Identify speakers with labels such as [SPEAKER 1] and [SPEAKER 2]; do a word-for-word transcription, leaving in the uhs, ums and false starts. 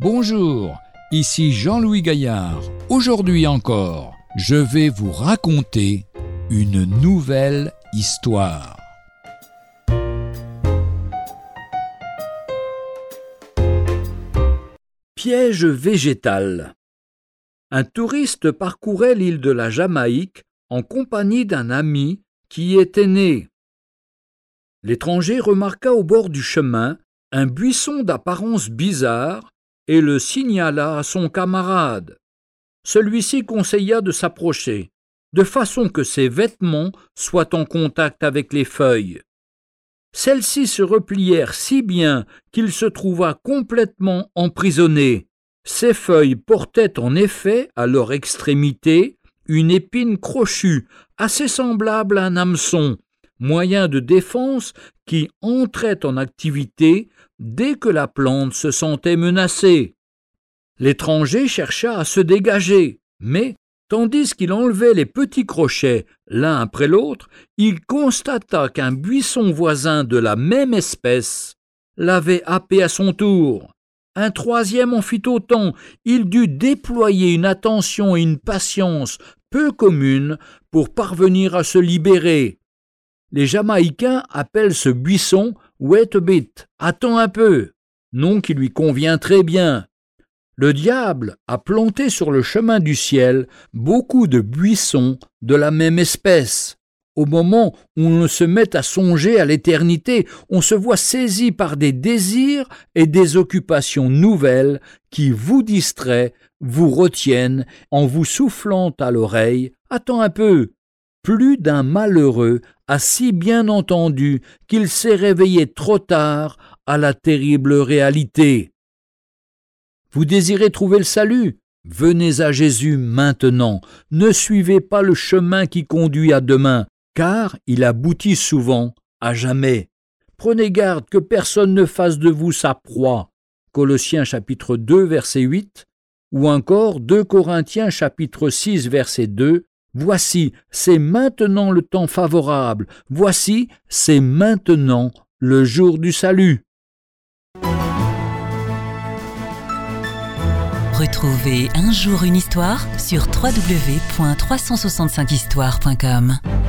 [SPEAKER 1] Bonjour, ici Jean-Louis Gaillard. Aujourd'hui encore, je vais vous raconter une nouvelle histoire.
[SPEAKER 2] Piège végétal. Un touriste parcourait l'île de la Jamaïque en compagnie d'un ami qui y était né. L'étranger remarqua au bord du chemin un buisson d'apparence bizarre et le signala à son camarade. Celui-ci conseilla de s'approcher, de façon que ses vêtements soient en contact avec les feuilles. Celles-ci se replièrent si bien qu'il se trouva complètement emprisonné. Ces feuilles portaient en effet à leur extrémité une épine crochue, assez semblable à un hameçon, moyen de défense qui entrait en activité dès que la plante se sentait menacée. L'étranger chercha à se dégager, mais, tandis qu'il enlevait les petits crochets l'un après l'autre, il constata qu'un buisson voisin de la même espèce l'avait happé à son tour. Un troisième en fit autant. Il dut déployer une attention et une patience peu communes pour parvenir à se libérer. Les Jamaïcains appellent ce buisson « wait a bit », « attends un peu », nom qui lui convient très bien. Le diable a planté sur le chemin du ciel beaucoup de buissons de la même espèce. Au moment où on se met à songer à l'éternité, on se voit saisi par des désirs et des occupations nouvelles qui vous distraient, vous retiennent en vous soufflant à l'oreille « attends un peu ». Plus d'un malheureux a si bien entendu qu'il s'est réveillé trop tard à la terrible réalité. Vous désirez trouver le salut? Venez à Jésus maintenant. Ne suivez pas le chemin qui conduit à demain, car il aboutit souvent à jamais. Prenez garde que personne ne fasse de vous sa proie. Colossiens chapitre deux, verset huit, ou encore deux Corinthiens chapitre six, verset deux. Voici, c'est maintenant le temps favorable. Voici, c'est maintenant le jour du salut.
[SPEAKER 3] Retrouvez Un jour une histoire sur w w w point trois cent soixante-cinq histoire point com.